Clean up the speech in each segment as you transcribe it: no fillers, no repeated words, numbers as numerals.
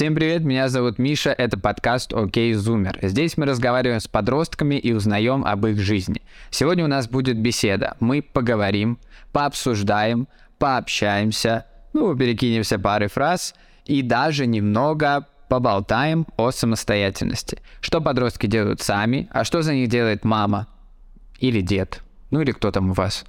Всем привет, меня зовут Миша, это подкаст «Окей, Зумер». Здесь мы разговариваем с подростками и узнаем об их жизни. Сегодня у нас будет беседа. Мы поговорим, пообсуждаем, пообщаемся, перекинемся парой фраз и даже немного поболтаем о самостоятельности. Что подростки делают сами, а что за них делает мама или дед, или кто там у вас.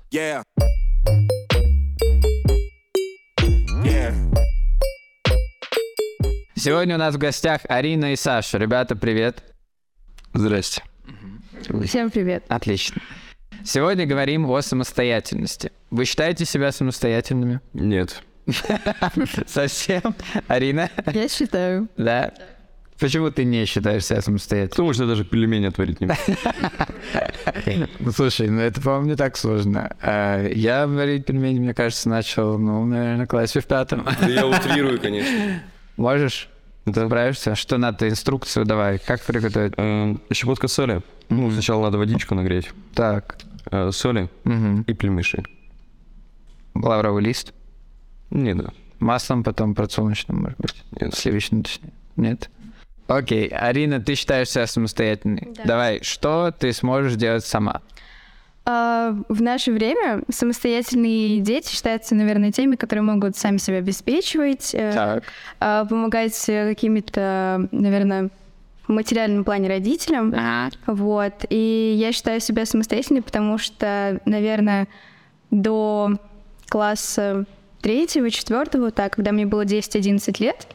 Сегодня у нас в гостях Арина и Саша. Ребята, привет. Здрасте. Всем привет. Отлично. Сегодня говорим о самостоятельности. Вы считаете себя самостоятельными? Нет. Совсем? Арина? Я считаю. Да? Почему ты не считаешь себя самостоятельным? Потому что я даже пельмени отварить не могу. Слушай, это, по-моему, не так сложно. Я варить пельмени, мне кажется, начал, наверное, в классе в 5. Да я утрирую, конечно. Можешь? Да. Справишься? Что надо? Инструкцию давай. Как приготовить? Щепотка соли. Сначала надо водичку нагреть. Так. Соли и племеши. Лавровый лист? Не, да. Маслом, потом подсолнечным, может быть? Нет. Сливочным, точнее. Нет? Окей. Арина, ты считаешь себя самостоятельной? Да. Давай, что ты сможешь делать сама? В наше время самостоятельные дети считаются, наверное, теми, которые могут сами себя обеспечивать, Так. помогать какими-то, наверное, в материальном плане родителям. Вот. И я считаю себя самостоятельной, потому что, наверное, до класса 3-4, когда мне было 10-11 лет,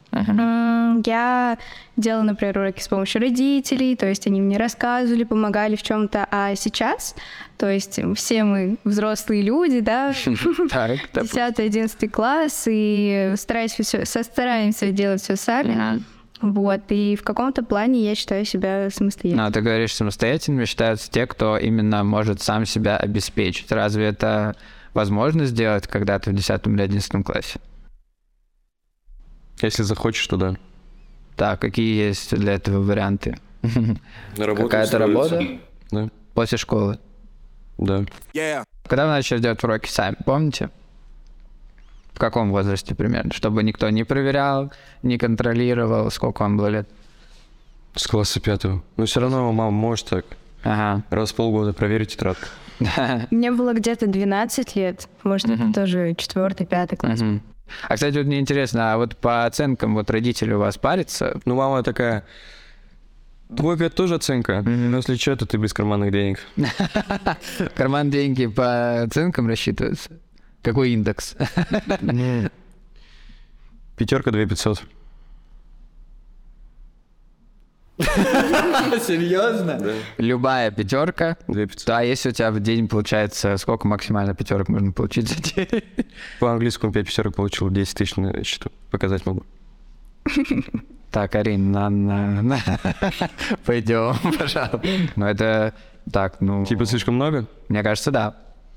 я делала, например, уроки с помощью родителей, то есть они мне рассказывали, помогали в чем-то. А сейчас, то есть все мы взрослые люди, да, 10-11 класс, и стараемся делать все сами. Вот, и в каком-то плане я считаю себя самостоятельной. Ты говоришь, самостоятельными считаются те, кто именно может сам себя обеспечить. Разве это возможно сделать, когда ты в 10 или 11 классе? Если захочешь, то да. Так, какие есть для этого варианты? На работу Какая-то устроиться. работа? Да. После школы? Да. Когда вы начали делать уроки сами, помните? В каком возрасте примерно? Чтобы никто не проверял, не контролировал, сколько вам было лет? С класса 5. Но все равно мама может так. Ага. Раз в полгода проверить тетрадку. Мне было где-то 12 лет, может, это тоже 4-5 класс. А, кстати, мне интересно, а вот по оценкам родители у вас парятся? Мама такая: 2 тоже оценка, но если что, то ты без карманных денег. Карман деньги по оценкам рассчитываются? Какой индекс? 5 2500. Серьезно? Да. Любая 5. 2500. Да, если у тебя в день получается, сколько максимально 5 можно получить за день? По английскому 5 пятерок получил, 10 тысяч на счету. Показать могу. Так, Арин, пойдем, пожалуйста. Это так, Типа слишком много? Мне кажется, да.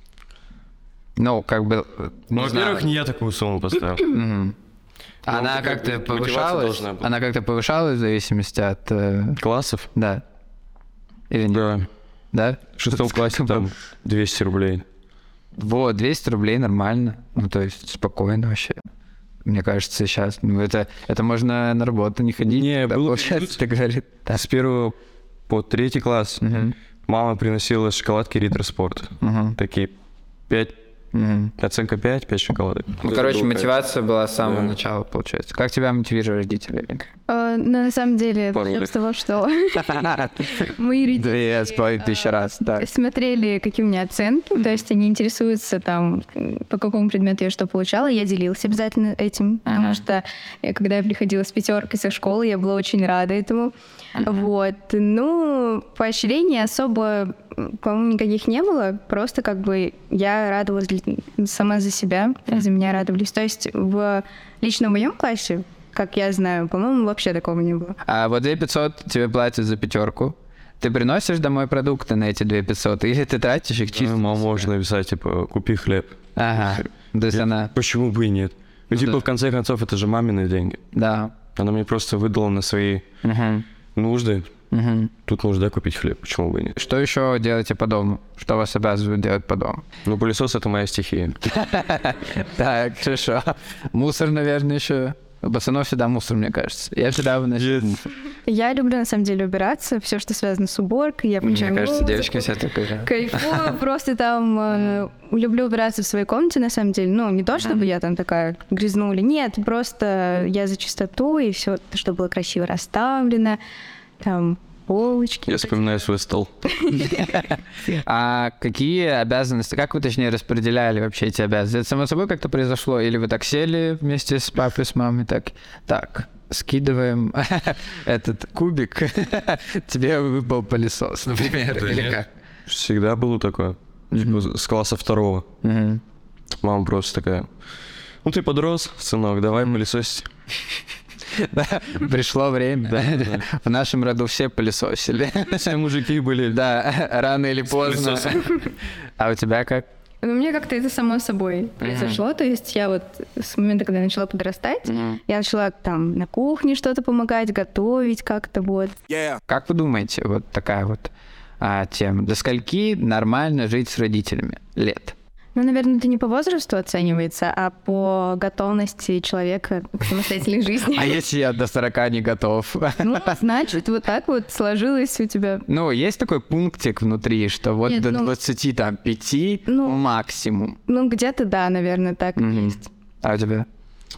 Во-первых, не я такую сумму поставил. Она как-то мотивация повышалась? должна быть. Она как-то повышалась в зависимости от... Классов? Да. Или нет? Да. Да? В 6 классе там 200 рублей. Вот, 200 рублей нормально. То есть спокойно вообще. Мне кажется, сейчас... Это можно на работу не ходить. Не, да, было получается, ты говоришь. Да. С 1 по 3 класс мама приносила шоколадки Риттер Спорт. Такие 5. Оценка 5 шоколадок. Мотивация была с самого начала, получается. Как тебя мотивировали родители? На самом деле, начнём с того, что мои родители 2500 раз, да. смотрели, какие у меня оценки, то есть они интересуются там, по какому предмету я что получала, я делилась обязательно этим, потому что когда я приходила с 5 со школы, я была очень рада этому. Вот. Поощрений особо, по-моему, никаких не было, просто я радовалась сама за себя, за меня радовались. То есть лично в моем классе, как я знаю, по-моему, вообще такого не было. А 2500 тебе платят за 5. Ты приносишь домой продукты на эти 2500, или ты тратишь их чисто? Мама может написать, типа, купи хлеб. Ага, то есть она... Почему бы и нет? В конце концов, это же мамины деньги. Да. Она мне просто выдала на свои нужды. Тут нужно купить хлеб, почему бы и нет? Что еще делаете по дому? Что вас обязывают делать по дому? Пылесос — это моя стихия. Так, хорошо. Мусор, наверное, еще Пацанов всегда мусор, мне кажется. Я всегда выношу мусор. Я люблю, на самом деле, убираться, все, что связано с уборкой. Я Мне кажется, девочки все такие. кайфую, просто там люблю убираться в своей комнате, на самом деле. Ну, не то, чтобы я там такая грязнуля, нет, просто я за чистоту, и все, чтобы было красиво расставлено, там полочки. Я вспоминаю свой стол. А какие обязанности, как вы, точнее, распределяли вообще эти обязанности? Это само собой как-то произошло? Или вы так сели вместе с папой, с мамой, так, скидываем этот кубик, тебе выпал пылесос, например, или как? Всегда было такое. Типа, с класса 2. Мама просто такая: ну ты подрос, сынок, давай пылесосить. Пришло время, да. В нашем роду все пылесосили. Все мужики были. Да, рано или поздно. А у тебя как? Ну, мне как-то это само собой произошло. То есть я вот с момента, когда я начала подрастать, я начала там на кухне что-то помогать, готовить как-то вот. Как вы думаете, вот такая вот тема, до скольки нормально жить с родителями лет? Ну, наверное, это не по возрасту оценивается, а по готовности человека к самостоятельной жизни. А если я до 40 не готов? Ну, значит, вот так вот сложилось у тебя. Ну, есть такой пунктик внутри, что вот Нет, до 25 максимум. Ну, где-то да, наверное, так и есть. А у тебя?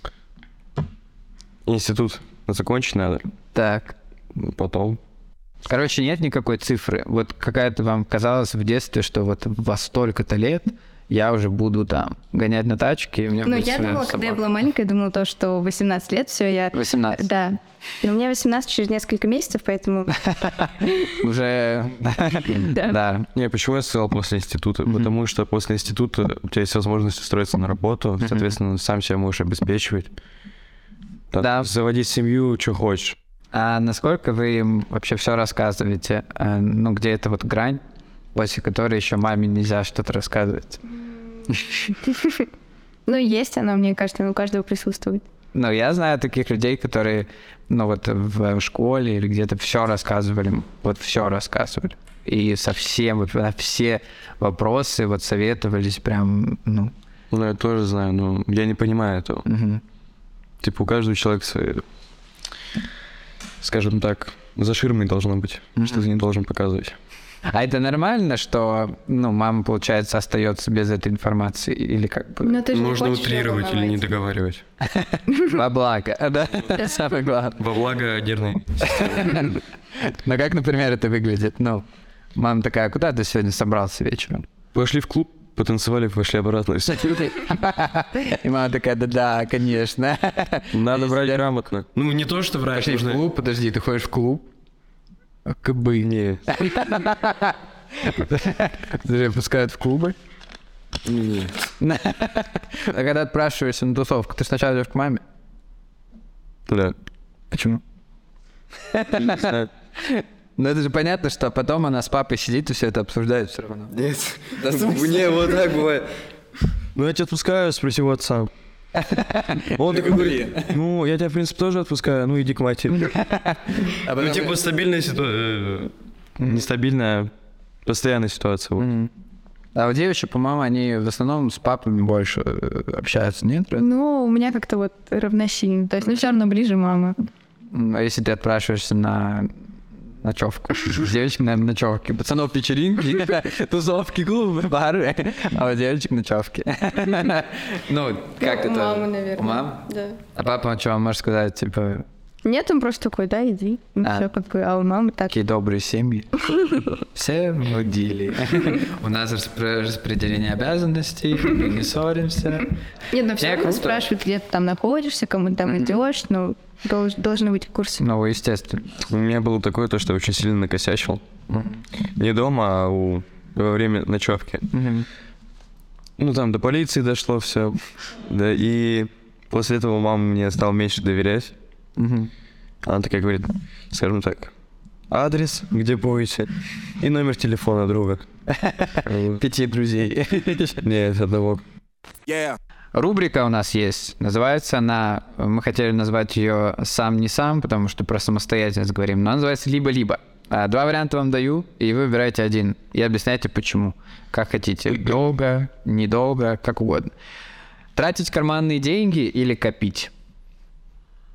Институт закончить надо. Так. Потом. Короче, нет никакой цифры. Вот какая-то вам казалось в детстве, что вот во столько-то лет я уже буду там гонять на тачке, и у меня Ну, будет я своя думала, собака. когда я была маленькая, я думала то, что 18 лет, все, я... 18? Да. И у меня 18 через несколько месяцев, поэтому... Уже... Да. Не, почему я сказал после института? Потому что после института у тебя есть возможность устроиться на работу, соответственно, сам себя можешь обеспечивать. Да. Заводить семью, что хочешь. А насколько вы им вообще все рассказываете? Ну, где это вот грань, после которой еще маме нельзя что-то рассказывать? Ну, есть она, мне кажется, у каждого присутствует. Ну, я знаю таких людей, которые, ну, вот в школе или где-то все рассказывали, вот все рассказывали. И совсем, вот на все вопросы вот советовались прям, ну... Ну, я тоже знаю, но я не понимаю этого. Типа у каждого человека свои, скажем так, за ширмой должно быть, что ты не должен показывать. А это нормально, что, ну, мама, получается, остается без этой информации? Или как бы... Но ты же не Нужно хочешь утрировать её или не волновать. договаривать. Во благо, да? Самое главное. Во благо нервной. Ну, как, например, это выглядит? Ну, мама такая: куда ты сегодня собрался вечером? Пошли в клуб, потанцевали, пошли обратно. И мама такая: да, конечно. Надо брать грамотно. Ну, не то, что брать, Пошли в клуб, подожди, ты ходишь в клуб? КБ. Не. Тебя пускают в клубы? Не. А когда отпрашиваешься на тусовку, ты сначала идешь к маме? Да. Почему? Ну это же понятно, что потом она с папой сидит и все это обсуждает все равно. Нет. Не, вот так бывает. Ну, я тебя отпускаю, спроси у отца. Он такой говорит: ну, я тебя, в принципе, тоже отпускаю, ну, иди к матери. Ну, типа, стабильная ситуация. Нестабильная, постоянная ситуация. А у девочек, по-моему, они в основном с папами больше общаются, нет? Ну, у меня как-то вот равносильно. То есть, ну, все равно ближе мама. А если ты отпрашиваешься на ночевку? С девочками, наверное, ночевки. Пацанов вечеринки, тусовки, клубы, бары, а у девочек ночевки. Ну, как это? У мамы, наверное. У мамы? Да. А папа что, может сказать, типа... Нет, он просто такой: да, иди. Все как бы, а у мамы так. Такие добрые семьи. Все нудили. У нас распределение обязанностей, мы не ссоримся. Нет, но все Не, равно круто. спрашивают, где ты там находишься, кому ты там идешь, ну, должны быть в курсе. Ну, естественно. У меня было такое, то, что я очень сильно накосячил. Не дома, а во время ночевки. Ну, там до полиции дошло все. Да, и после этого мама мне стала меньше доверять. Она такая говорит, скажем так: адрес, где будете, и номер телефона друга. 5 друзей. Нет, одного. Рубрика у нас есть. Называется она... Мы хотели назвать ее «Сам не сам», потому что про самостоятельность говорим. Но она называется «Либо-либо». 2 варианта вам даю, и вы выбираете один. И объясняйте, почему. Как хотите. Долго, недолго, как угодно. Тратить карманные деньги или копить?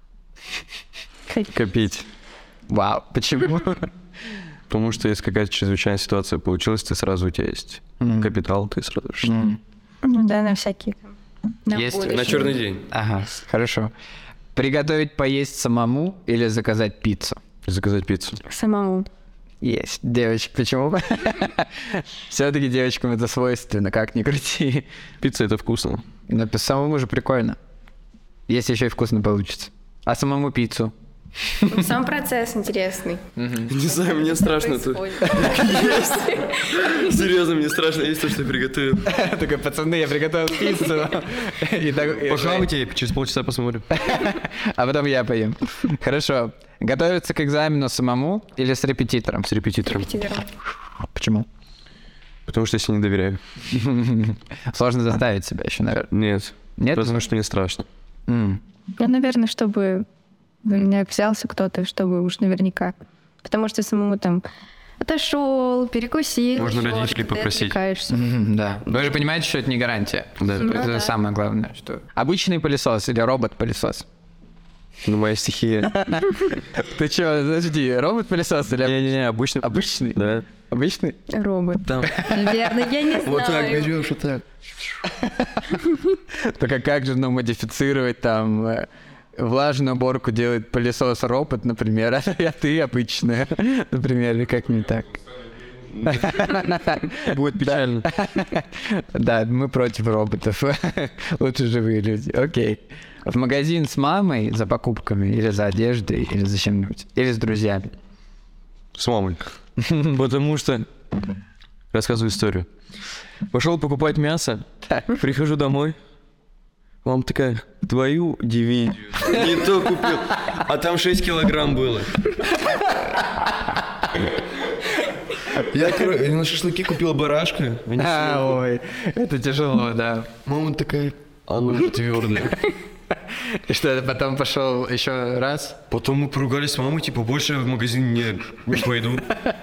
Копить. Вау, почему? Потому что если какая-то чрезвычайная ситуация получилась, у тебя есть капитал, ты сразу же. Да, на всякие там. Есть На черный день. Ага, хорошо. Приготовить поесть самому или заказать пиццу? Заказать пиццу. Самому. Есть. Девочек, почему? Все-таки девочкам это свойственно, как ни крути. Пицца — это вкусно. Но самому же прикольно. Если еще и вкусно получится. А самому пиццу? Сам процесс интересный. Не знаю, мне страшно тут. Серьезно, мне страшно есть то, что я приготовил. Такой, пацаны, я приготовил пиццу. Похавайте, через полчаса посмотрим. А потом я поем. Хорошо. Готовиться к экзамену самому или с репетитором? С репетитором. Почему? Потому что я себе не доверяю. Сложно заставить себя еще, наверное. Нет. Нет? Потому что мне страшно. Ну, наверное, чтобы у меня взялся кто-то, чтобы уж наверняка. Потому что самому там отошел, перекусил. Можно ещё родителей что-то, попросить. отвлекаешься. Да. Вы же понимаете, что это не гарантия. Да. Это самое главное. Что... Обычный пылесос или робот-пылесос? Ну, моя стихия. Ты что, подожди, робот-пылесос или... Не-не-не, обычный. Обычный? Да. Обычный? Робот. Там. Наверное, я не знаю. Вот так берешь, вот так. Так а как же, модифицировать там... Влажную уборку делает пылесос-робот, например, а ты обычная, например, или как не так? Будет печально. Да, мы против роботов. Лучше живые люди. Окей. В магазин с мамой за покупками или за одеждой, или за чем-нибудь? Или с друзьями? С мамой. Потому что... Рассказываю историю. Пошел покупать мясо, прихожу домой. Мама такая, твою дивизию. Не то купил. А там 6 килограмм было. Я на шашлыки купил барашка. Ой, это тяжело, да. Мама такая, оно же твердое. И что, потом пошел еще раз? Потом мы поругались с мамой, типа, больше в магазин не пойду.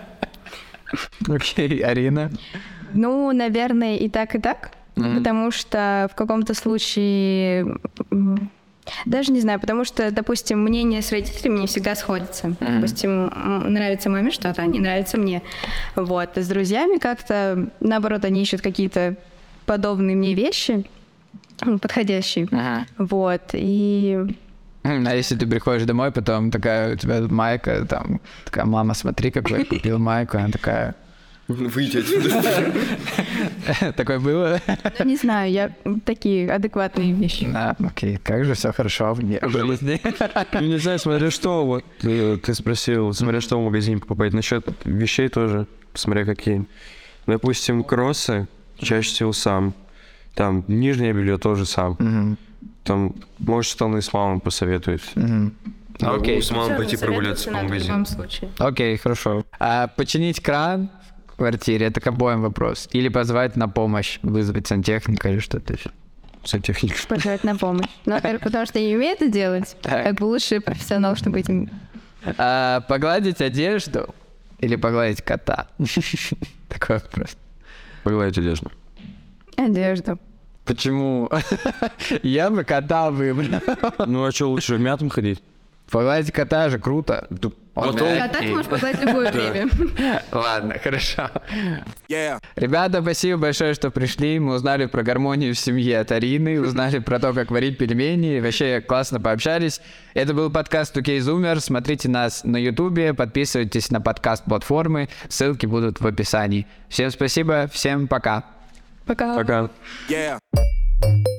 Окей, Арина? Ну, наверное, и так, и так. Потому что в каком-то случае... Даже не знаю, потому что, допустим, мнение с родителями не всегда сходится. Допустим, нравится маме что-то, а не нравится мне. Вот. А с друзьями как-то, наоборот, они ищут какие-то подобные мне вещи, подходящие. Вот. И... А если ты приходишь домой, потом такая у тебя майка, там, такая, мама, смотри, какой я купил майку, она такая... Выйти отсюда. Такое было? Ну, не знаю, я такие адекватные вещи. Да, окей, как же все хорошо в жизни. Ну, не знаю, смотря что, вот ты спросил, смотря что в магазине покупать. Насчет вещей тоже, смотря какие. Допустим, кроссы чаще всего сам. Там нижнее белье тоже сам. Там, может, штаны с мамой посоветует. Окей. С мамой пойти прогуляться по магазину. Окей, хорошо. А починить кран в квартире, это к обоим вопрос. Или позвать на помощь, вызвать сантехника или что-то еще. Сантехник. Позвать на помощь. Ну, во-первых, потому что я не умею это делать. Как бы лучше профессионал, чтобы этим... А погладить одежду или погладить кота? Такой вопрос. Погладить одежду. Одежду. Почему? Я бы кота выбрал. Ну, а что, лучше в мятом ходить? Погладить кота же круто. А так можешь погладить любое время. Ладно, хорошо. Ребята, спасибо большое, что пришли. Мы узнали про гармонию в семье от Арины, узнали про то, как варить пельмени. Вообще классно пообщались. Это был подкаст «Окей, Зумер». Смотрите нас на Ютубе, подписывайтесь на подкаст-платформы. Ссылки будут в описании. Всем спасибо, всем пока. Пока. Пока. Yeah.